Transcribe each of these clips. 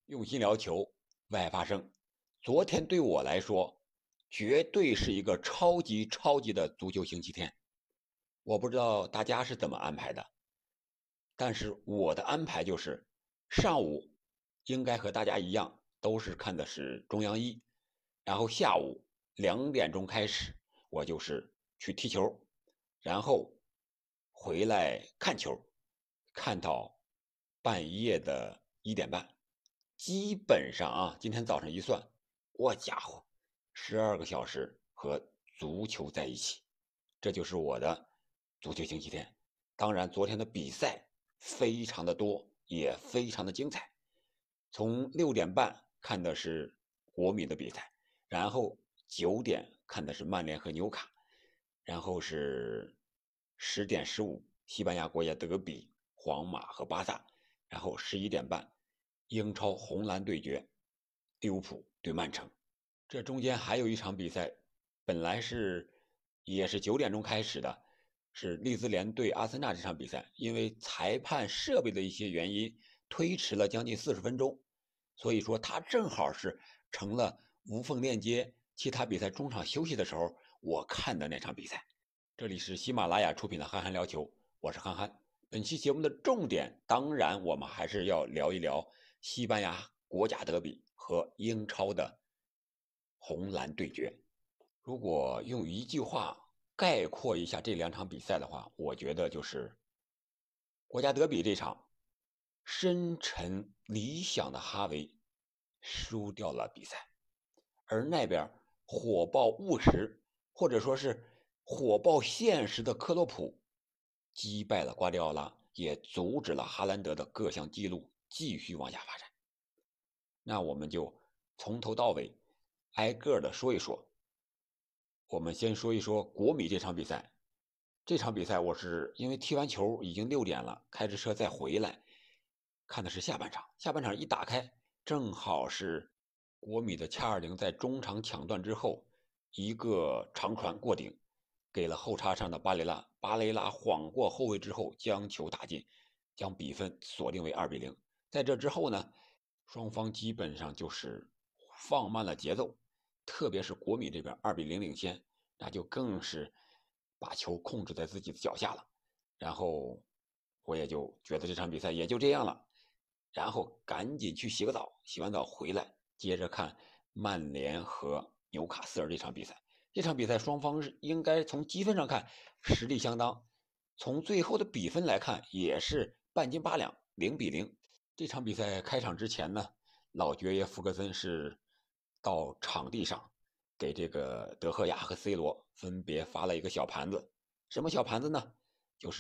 用心聊球，为爱发声。昨天对我来说，绝对是一个超级的足球星期天。我不知道大家是怎么安排的，但是我的安排就是上午应该和大家一样，都是看的是中央一，然后下午2点钟开始，我就是去踢球，然后回来看球，看到半夜的1点半。基本上啊，今天早上一算，我家伙，12个小时和足球在一起，这就是我的足球星期天。当然，昨天的比赛非常的多，也非常的精彩。从6点半看的是国米的比赛，然后9点看的是曼联和纽卡，然后是10点15西班牙国家德比，皇马和巴萨，然后11点半英超红蓝对决，利物浦对曼城。这中间还有一场比赛，本来也是9点钟开始的，是利兹联对阿森纳这场比赛，因为裁判设备的一些原因，推迟了将近40分钟，所以说它正好是成了无缝链接其他比赛中场休息的时候我看的那场比赛。这里是喜马拉雅出品的憨憨聊球，我是憨憨。本期节目的重点，当然我们还是要聊一聊西班牙国家德比和英超的红蓝对决。如果用一句话概括一下这两场比赛的话，我觉得就是国家德比这场，深沉理想的哈维输掉了比赛，而那边火爆务实，或者说是火爆现实的克洛普击败了瓜迪奥拉，也阻止了哈兰德的各项纪录继续往下发展。那我们就从头到尾挨个的说一说。我们先说一说国米这场比赛。这场比赛我是因为踢完球已经6点了，开着车再回来，看的是下半场。下半场一打开，正好是国米的720在中场抢断之后，一个长传过顶，给了后插上的巴雷拉。巴雷拉晃过后卫之后，将球打进，将比分锁定为2-0。在这之后呢，双方基本上就是放慢了节奏，特别是国米这边2-0领先，那就更是把球控制在自己的脚下了。然后我也就觉得这场比赛也就这样了，然后赶紧去洗个澡，洗完澡回来接着看曼联和纽卡斯尔这场比赛。这场比赛双方应该从积分上看实力相当，从最后的比分来看也是半斤八两，0-0。这场比赛开场之前呢，老爵爷福格森是到场地上给这个德赫亚和 C 罗分别发了一个小盘子。什么小盘子呢？就是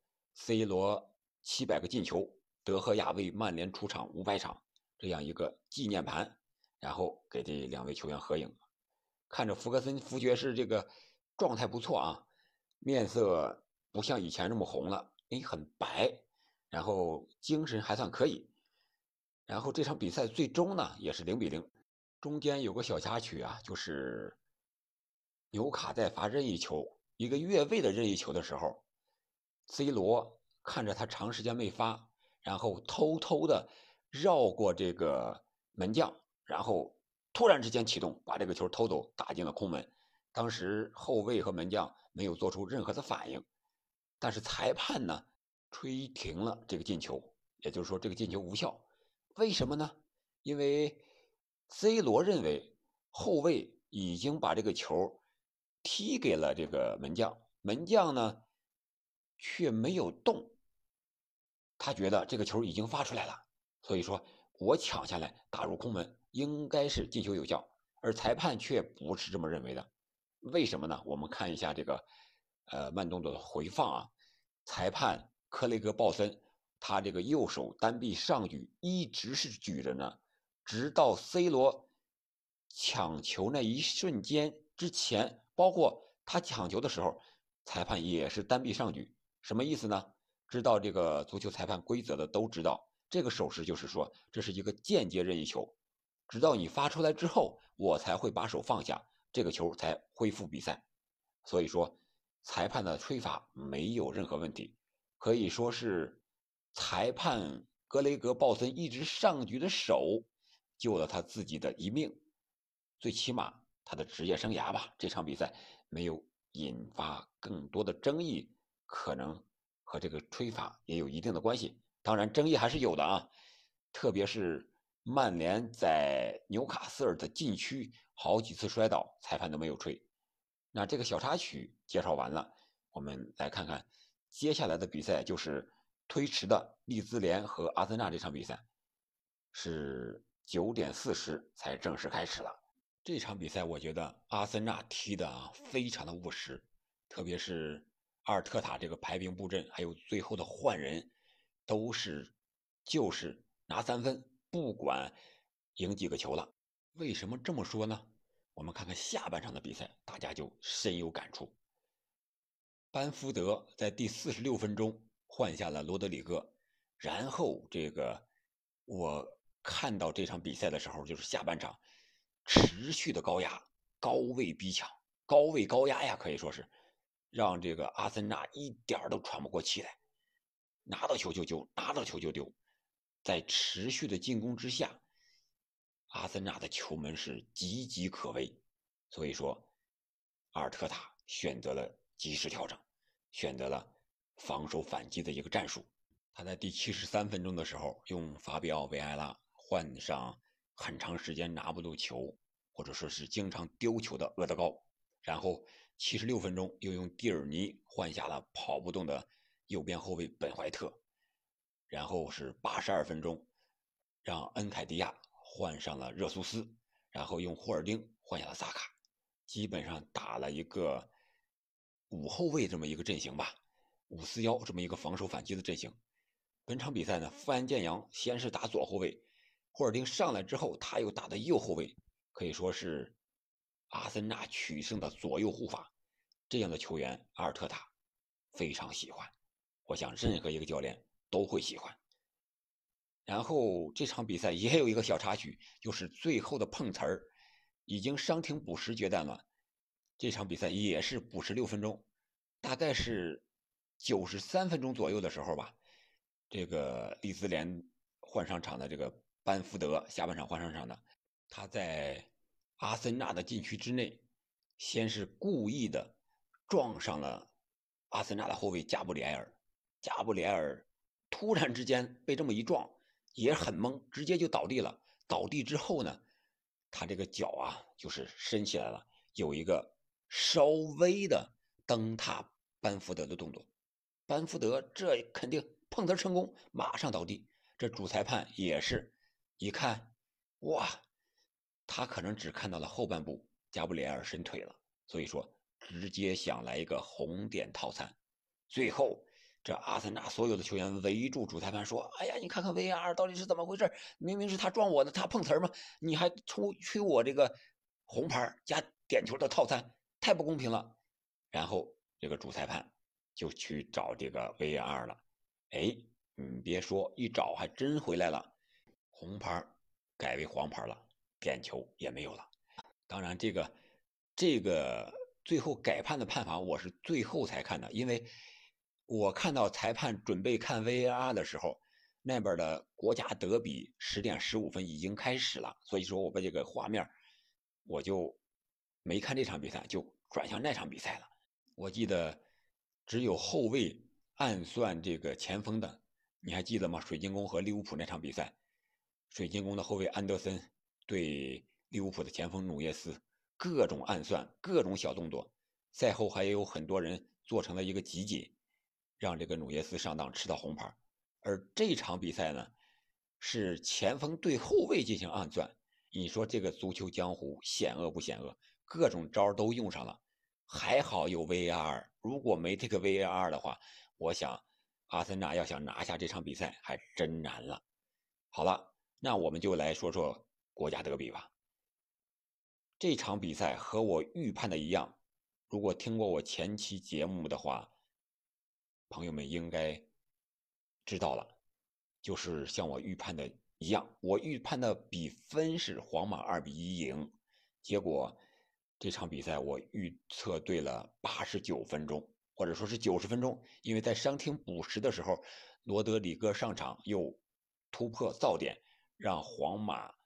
C 罗700个进球，德赫亚为曼联出场500场这样一个纪念盘，然后给这两位球员合影。看着福格森福爵士这个状态不错啊，面色不像以前这么红了，很白，然后精神还算可以。然后这场比赛最终呢也是0-0，中间有个小插曲啊，就是纽卡在罚任意球，一个越位的任意球的时候，C 罗看着他长时间没发，然后偷偷的绕过这个门将，然后突然之间启动，把这个球偷走，打进了空门。当时后卫和门将没有做出任何的反应，但是裁判呢吹停了这个进球，也就是说这个进球无效。为什么呢？因为 C 罗认为后卫已经把这个球踢给了这个门将，门将呢却没有动，他觉得这个球已经发出来了，所以说我抢下来打入空门，应该是进球有效，而裁判却不是这么认为的。为什么呢？我们看一下这个慢动作的回放啊，裁判克雷格鲍森他这个右手单臂上举一直是举着呢，直到 C 罗抢球那一瞬间之前，包括他抢球的时候，裁判也是单臂上举。什么意思呢？知道这个足球裁判规则的都知道，这个手势就是说这是一个间接任意球，直到你发出来之后，我才会把手放下，这个球才恢复比赛。所以说，裁判的吹罚没有任何问题，可以说是裁判格雷格鲍森一直上举的手救了他自己的一命，最起码他的职业生涯吧。这场比赛没有引发更多的争议，可能和这个吹罚也有一定的关系。当然，争议还是有的啊，特别是曼联在纽卡斯尔的禁区好几次摔倒，裁判都没有吹。那这个小插曲介绍完了，我们来看看接下来的比赛，就是推迟的利兹联和阿森纳这场比赛，是9:40才正式开始了。这场比赛我觉得阿森纳踢的非常的务实，特别是阿尔特塔这个排兵布阵，还有最后的换人，都是就是拿3分，不管赢几个球了。为什么这么说呢？我们看看下半场的比赛，大家就深有感触。班福德在第46分钟换下了罗德里戈，然后我看到这场比赛的时候，就是下半场持续的高压、高位逼抢、高位高压呀，可以说是让这个阿森纳一点都喘不过气来，拿到球就丢，拿到球就丢，在持续的进攻之下，阿森纳的球门是岌岌可危，所以说阿尔特塔选择了及时调整，选择了防守反击的一个战术。他在第73分钟的时候，用法比奥·维埃拉换上很长时间拿不住球，或者说是经常丢球的厄德高，然后76分钟又用蒂尔尼换下了跑不动的右边后卫本怀特，然后是82分钟，让恩凯迪亚换上了热苏斯，然后用霍尔丁换下了萨卡，基本上打了一个5后卫这么一个阵型吧，5-4-1这么一个防守反击的阵型。本场比赛呢，富安健洋先是打左后卫，霍尔丁上来之后，他又打的右后卫，可以说是阿森纳取胜的左右护法。这样的球员，阿尔特塔非常喜欢，我想任何一个教练都会喜欢。然后这场比赛也有一个小插曲，就是最后的碰瓷儿，已经伤停补时阶段了。这场比赛也是补时6分钟，大概是93分钟左右的时候吧。这个利兹联换上场的这个班福德下半场换上场的，他在阿森纳的禁区之内，先是故意的撞上了阿森纳的后卫加布里埃尔，加布里埃尔突然之间被这么一撞，也很懵，直接就倒地了。倒地之后呢，他这个脚就是伸起来了，有一个稍微的蹬踏班福德的动作。班福德这肯定碰瓷成功，马上倒地。这主裁判也是一看，哇，他可能只看到了后半部，加布里埃尔伸腿了，所以说直接想来一个红点套餐。最后，这阿森纳所有的球员围住主裁判说：“哎呀，你看看 VAR 到底是怎么回事？明明是他撞我的，他碰瓷嘛，你还吹我这个红牌加点球的套餐，太不公平了。”然后这个主裁判就去找这个 VAR 了。哎，你别说，一找还真回来了，红牌改为黄牌了，点球也没有了。当然，这个最后改判的判罚我是最后才看的，因为我看到裁判准备看 VAR 的时候，那边的国家德比10:15已经开始了，所以说我把这个画面我就没看这场比赛，就转向那场比赛了。我记得只有后卫暗算这个前锋的，你还记得吗？水晶宫和利物浦那场比赛，水晶宫的后卫安德森对利物浦的前锋努涅斯各种暗算，各种小动作。赛后还有很多人做成了一个集锦，让这个努涅斯上当吃到红牌。而这场比赛呢，是前锋对后卫进行暗算。你说这个足球江湖险恶不险恶？各种招都用上了。还好有 VAR，如果没这个 VAR 的话，我想阿森纳要想拿下这场比赛还真难了。好了，那我们就来说说国家德比吧。这场比赛和我预判的一样，如果听过我前期节目的话，朋友们应该知道了，就是像我预判的一样，我预判的比分是皇马2-1赢，结果这场比赛我预测对了89分钟，或者说是90分钟，因为在伤停补时的时候，罗德里戈上场又突破噪点，让皇马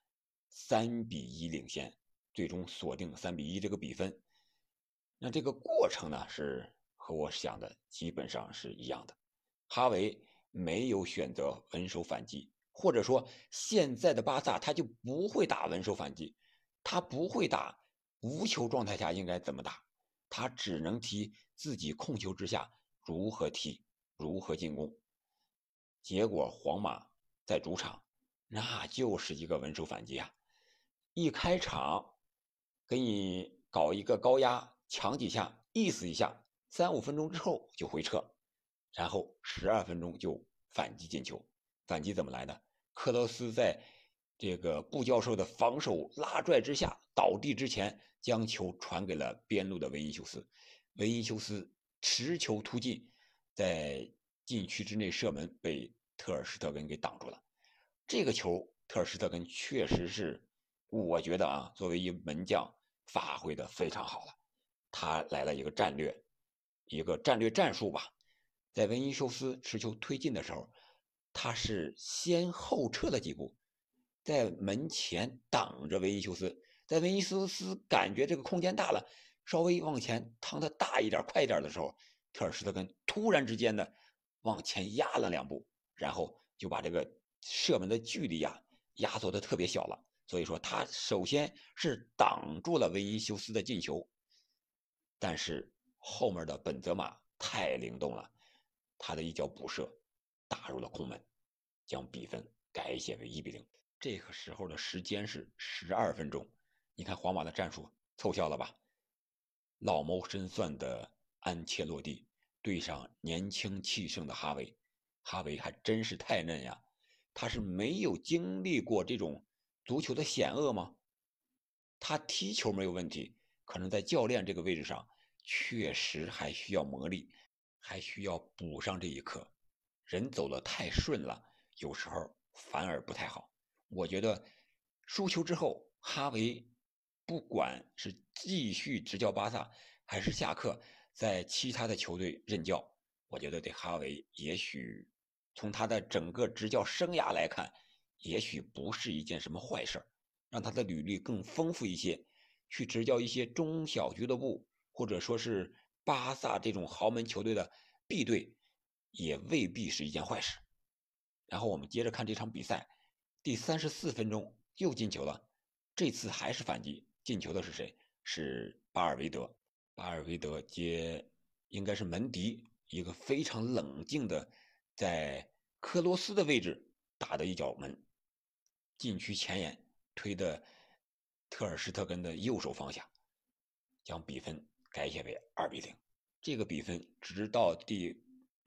3-1领先，最终锁定3-1这个比分。那这个过程呢，是和我想的基本上是一样的。哈维没有选择稳守反击，或者说现在的巴萨他就不会打稳守反击，他不会打无球状态下应该怎么打，他只能踢自己控球之下如何踢，如何进攻。结果皇马在主场那就是一个稳守反击啊，一开场给你搞一个高压，抢几下，意思一下，3-5分钟之后就回撤，然后12分钟就反击进球。反击怎么来的？克罗斯在这个布教授的防守拉拽之下，倒地之前将球传给了边路的维尼修斯，维尼修斯持球突进，在禁区之内射门，被特尔施特根给挡住了。这个球特尔施特根确实是，我觉得啊，作为一门将发挥的非常好了。他来了一个战略战术吧，在维尼修斯持球推进的时候，他是先后撤了几步，在门前挡着维尼修斯，在维尼修斯感觉这个空间大了，稍微往前趟的大一点、快一点的时候，特尔施特根突然之间的往前压了2步，然后就把这个射门的距离压缩的特别小了。所以说，他首先是挡住了维尼修斯的进球，但是后面的本泽马太灵动了，他的一脚补射打入了空门，将比分改写为1-0。这个时候的时间是12分钟，你看皇马的战术凑效了吧？老谋深算的安切洛蒂对上年轻气盛的哈维，哈维还真是太嫩呀，他是没有经历过这种足球的险恶吗？他踢球没有问题，可能在教练这个位置上确实还需要磨砺，还需要补上这一课。人走得太顺了，有时候反而不太好。我觉得输球之后，哈维不管是继续执教巴萨，还是下课在其他的球队任教，我觉得对哈维也许从他的整个执教生涯来看，也许不是一件什么坏事，让他的履历更丰富一些，去执教一些中小俱乐部，或者说是巴萨这种豪门球队的 B 队，也未必是一件坏事。然后我们接着看这场比赛，第34分钟又进球了，这次还是反击，进球的是谁？是巴尔韦德。巴尔韦德接应该是门迪，一个非常冷静的在科罗斯的位置打的一脚门，禁区前沿推的特尔施特根的右手方向，将比分改写为2-0。这个比分直到第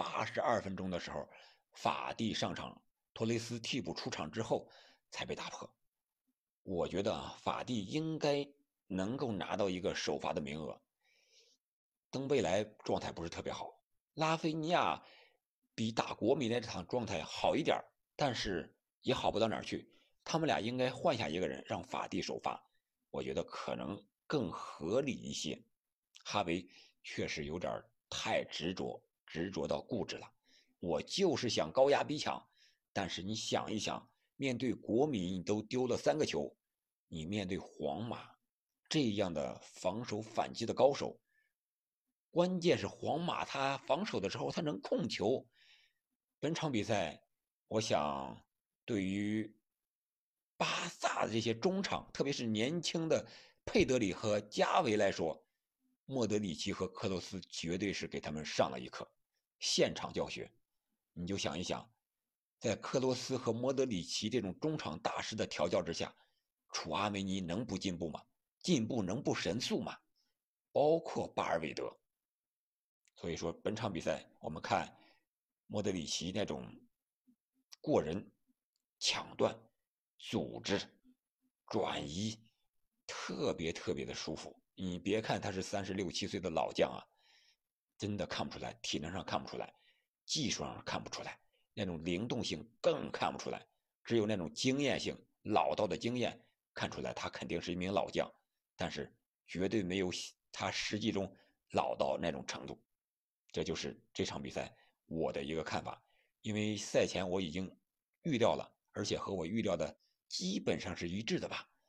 82分钟的时候，法蒂上场，托雷斯替补出场之后才被打破。我觉得法蒂应该能够拿到一个首发的名额。登贝莱状态不是特别好，拉菲尼亚比打国米那场状态好一点，但是也好不到哪儿去。他们俩应该换下一个人，让法蒂首发，我觉得可能更合理一些。哈维确实有点太执着到固执了。我就是想高压逼抢，但是你想一想，面对国米你都丢了3个球，你面对皇马这样的防守反击的高手，关键是皇马他防守的时候他能控球。本场比赛，我想对于巴萨的这些中场，特别是年轻的佩德里和加维来说，莫德里奇和克罗斯绝对是给他们上了一课，现场教学。你就想一想，在克罗斯和莫德里奇这种中场大师的调教之下，楚阿梅尼能不进步吗？进步能不神速吗？包括巴尔韦德。所以说本场比赛我们看莫德里奇那种过人、抢断、组织、转移，特别的舒服。你别看他是36、7岁的老将啊，真的看不出来，体能上看不出来，技术上看不出来，那种灵动性更看不出来，只有那种经验性、老道的经验看出来他肯定是一名老将，但是绝对没有他实际中老到那种程度。这就是这场比赛我的一个看法，因为赛前我已经预料了，而且和我预料的基本上是一致的吧。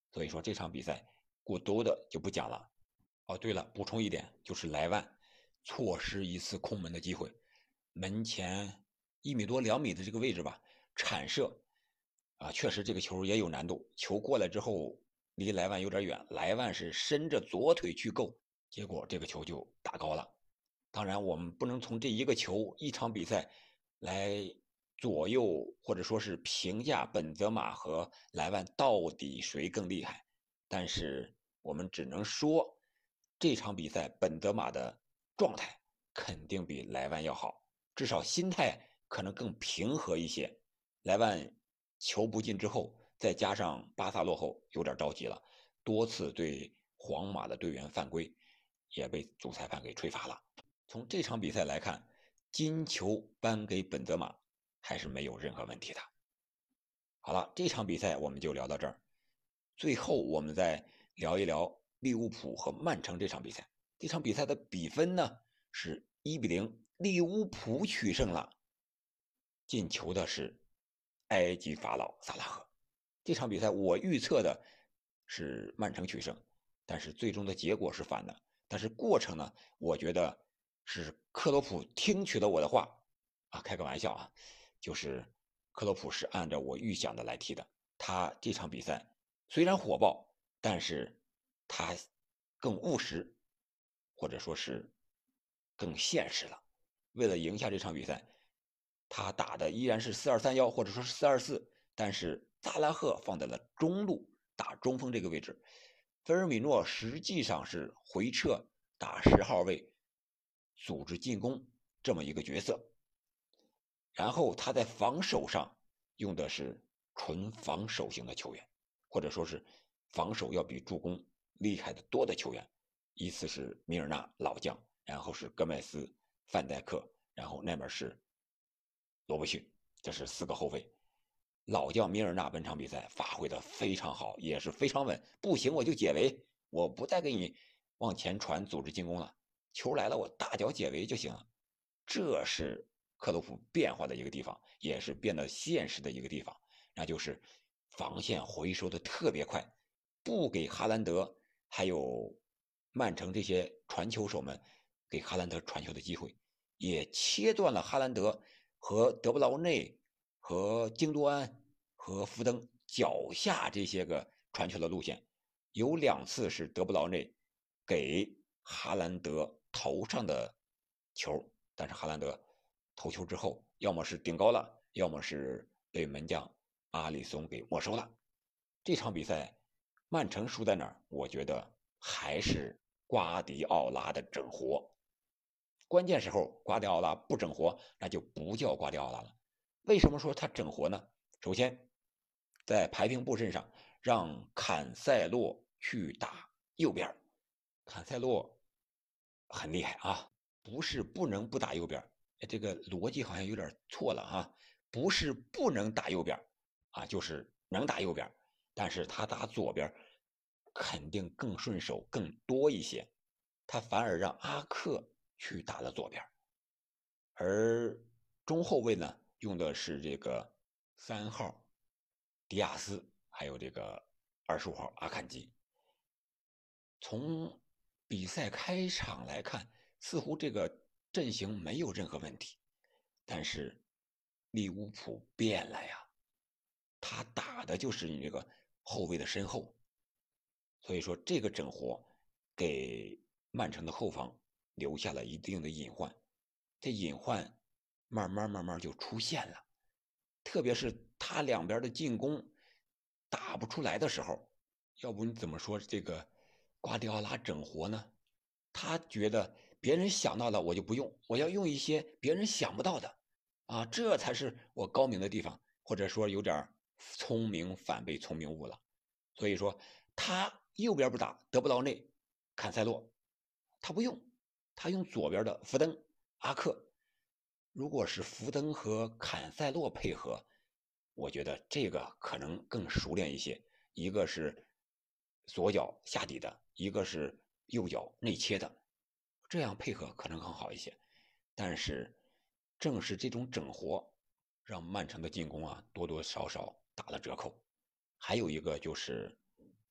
所以说这场比赛过多的就不讲了。哦，对了，补充一点，就是莱万错失一次空门的机会，门前1米多2米的这个位置吧，铲射啊，确实这个球也有难度，球过来之后离莱万有点远，莱万是伸着左腿去够，结果这个球就打高了。当然，我们不能从这一个球一场比赛来左右或者说是评价本泽马和莱万到底谁更厉害，但是我们只能说这场比赛本泽马的状态肯定比莱万要好，至少心态可能更平和一些。莱万球不进之后，再加上巴萨落后，有点着急了，多次对皇马的队员犯规，也被主裁判给吹罚了。从这场比赛来看，金球颁给本泽马还是没有任何问题的。好了，这场比赛我们就聊到这儿。最后，我们再聊一聊利物浦和曼城这场比赛。这场比赛的比分呢是1-0，利物浦取胜了。进球的是埃及法老萨拉赫。这场比赛我预测的是曼城取胜，但是最终的结果是反的。但是过程呢，我觉得是克洛普听取了我的话啊，开个玩笑啊，就是克洛普是按照我预想的来踢的。他这场比赛虽然火爆，但是他更务实，或者说是更现实了。为了赢下这场比赛，他打的依然是4-2-3-1，或者说是4-2-4，但是萨拉赫放在了中路打中锋这个位置，菲尔米诺实际上是回撤打10号位，组织进攻这么一个角色。然后他在防守上用的是纯防守型的球员，或者说是防守要比助攻厉害的多的球员。依次是米尔纳老将，然后是戈麦斯、范戴克，然后那边是罗伯逊，这是4个后卫。老将米尔纳本场比赛发挥的非常好，也是非常稳。不行我就解围，我不再给你往前传组织进攻了，球来了我大脚解围就行了。这是克洛普变化的一个地方，也是变得现实的一个地方，那就是防线回收的特别快，不给哈兰德还有曼城这些传球手们给哈兰德传球的机会，也切断了哈兰德和德布劳内和京多安和福登脚下这些个传球的路线。有2次是德布劳内给哈兰德头上的球，但是哈兰德头球之后，要么是顶高了，要么是被门将阿里松给没收了。这场比赛曼城输在哪儿？我觉得还是瓜迪奥拉的整活。关键时候瓜迪奥拉不整活，那就不叫瓜迪奥拉了。为什么说他整活呢？首先，在排兵布阵上，让坎塞洛去打右边。坎塞洛很厉害啊，不是不能不打右边，这个逻辑好像有点错了啊，不是不能打右边啊，就是能打右边，但是他打左边肯定更顺手更多一些，他反而让阿克去打了左边，而中后卫呢用的是这个3号迪亚斯，还有这个25号阿坎吉。从比赛开场来看，似乎这个阵型没有任何问题，但是利物浦变了呀，他打的就是你这个后卫的身后，所以说这个整活给曼城的后防留下了一定的隐患，这隐患慢慢就出现了，特别是他两边的进攻打不出来的时候，要不你怎么说这个瓜迪奥拉整活呢？他觉得别人想到了我就不用，我要用一些别人想不到的啊，这才是我高明的地方，或者说有点聪明反被聪明误了。所以说他右边不打德布劳内、坎塞洛，他不用，他用左边的福登、阿克。如果是福登和坎塞洛配合，我觉得这个可能更熟练一些。一个是左脚下底的，一个是右脚内切的，这样配合可能更好一些。但是正是这种整活，让曼城的进攻啊多多少少打了折扣。还有一个就是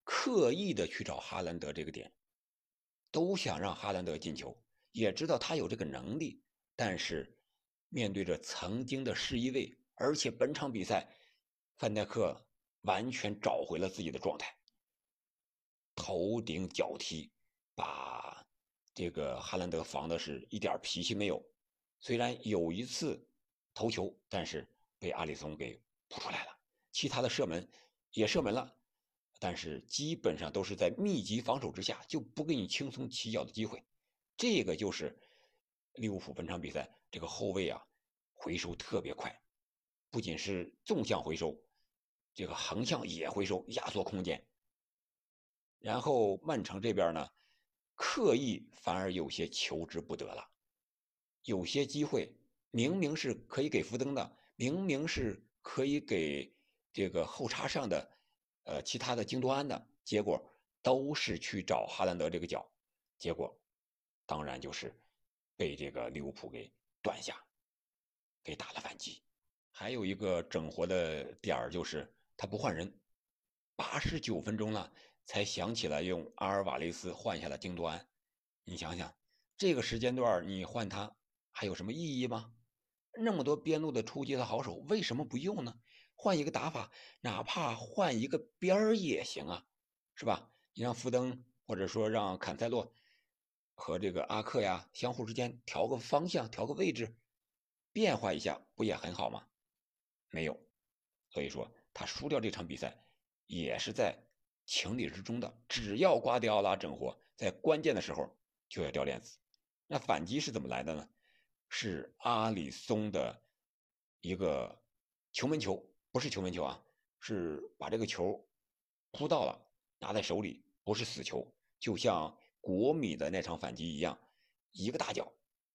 刻意的去找哈兰德这个点，都想让哈兰德进球，也知道他有这个能力，但是面对着曾经的世一位，而且本场比赛范戴克完全找回了自己的状态，头顶脚踢，把这个哈兰德防的是一点脾气没有。虽然有一次头球，但是被阿里松给扑出来了，其他的射门也射门了，但是基本上都是在密集防守之下，就不给你轻松起脚的机会。这个就是利物浦本场比赛这个后卫啊，回收特别快，不仅是纵向回收，这个横向也回收，压缩空间。然后曼城这边呢，刻意反而有些求之不得了，有些机会明明是可以给福登的，明明是可以给这个后插上的，其他的京多安的，结果都是去找哈兰德这个角，结果当然就是被这个利物浦给断下，给打了反击。还有一个整活的点儿就是他不换人，89分钟了才想起来用阿尔瓦雷斯换下了京多安。你想想，这个时间段你换他还有什么意义吗？那么多边路的出击的好手，为什么不用呢？换一个打法，哪怕换一个边儿也行啊，是吧？你让福登或者说让坎塞洛和这个阿克呀相互之间调个方向、调个位置，变化一下，不也很好吗？没有，所以说他输掉这场比赛也是在情理之中的。只要瓜迪奥拉整活，在关键的时候就要掉链子。那反击是怎么来的呢？是阿里松的一个球门球，不是球门球啊，是把这个球扑到了，拿在手里，不是死球，就像国米的那场反击一样，一个大脚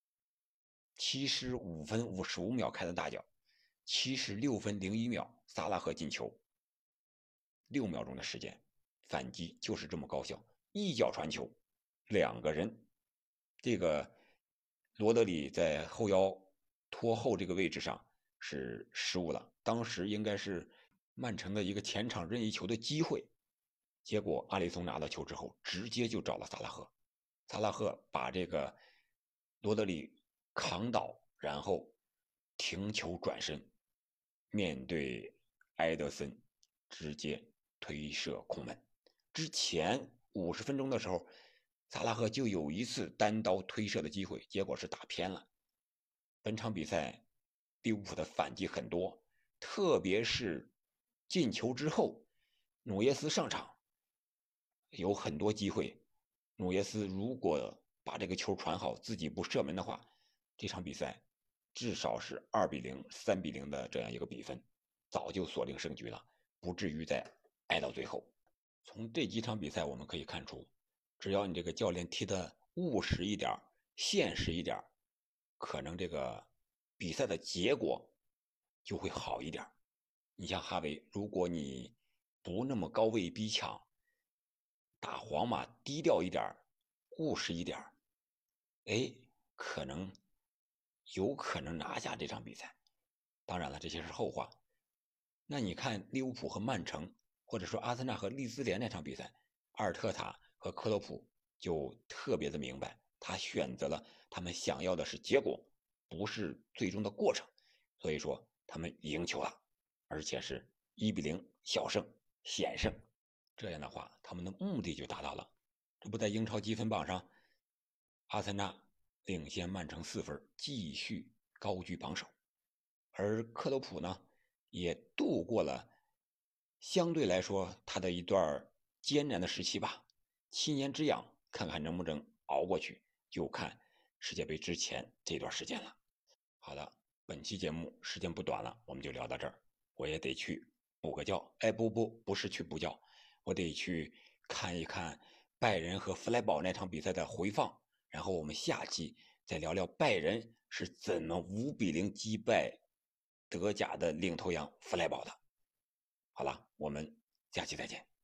，75分55秒开的大脚。76分01秒，萨拉赫进球，6秒钟的时间，反击就是这么高效，一脚传球，两个人，这个罗德里在后腰拖后这个位置上是失误了，当时应该是曼城的一个前场任意球的机会，结果阿里松拿到球之后，直接就找了萨拉赫，萨拉赫把这个罗德里扛倒，然后停球转身，面对埃德森直接推射空门。之前50分钟的时候，萨拉赫就有一次单刀推射的机会，结果是打偏了。本场比赛利物浦的反击很多，特别是进球之后，努涅斯上场有很多机会。努涅斯如果把这个球传好，自己不射门的话，这场比赛至少是2-0、3-0的这样一个比分，早就锁定胜局了，不至于再挨到最后。从这几场比赛我们可以看出，只要你这个教练踢得务实一点、现实一点，可能这个比赛的结果就会好一点。你像哈维，如果你不那么高位逼抢，打皇马低调一点、务实一点，哎，可能有可能拿下这场比赛。当然了，这些是后话。那你看利物浦和曼城，或者说阿森纳和利兹联那场比赛，阿尔特塔和克洛普就特别的明白，他选择了他们想要的是结果，不是最终的过程，所以说他们赢球了，而且是1-0小胜险胜。这样的话，他们的目的就达到了。这不在英超积分榜上，阿森纳领先曼城4分，继续高居榜首。而克洛普呢，也度过了相对来说他的一段艰难的时期吧。7年之痒，看看能不能熬过去，就看世界杯之前这段时间了。好的，本期节目时间不短了，我们就聊到这儿。我也得去补个觉，哎，不是去补觉，我得去看一看拜仁和弗莱堡那场比赛的回放，然后我们下期再聊聊拜仁是怎么5-0击败德甲的领头羊弗莱堡的。好了，我们下期再见。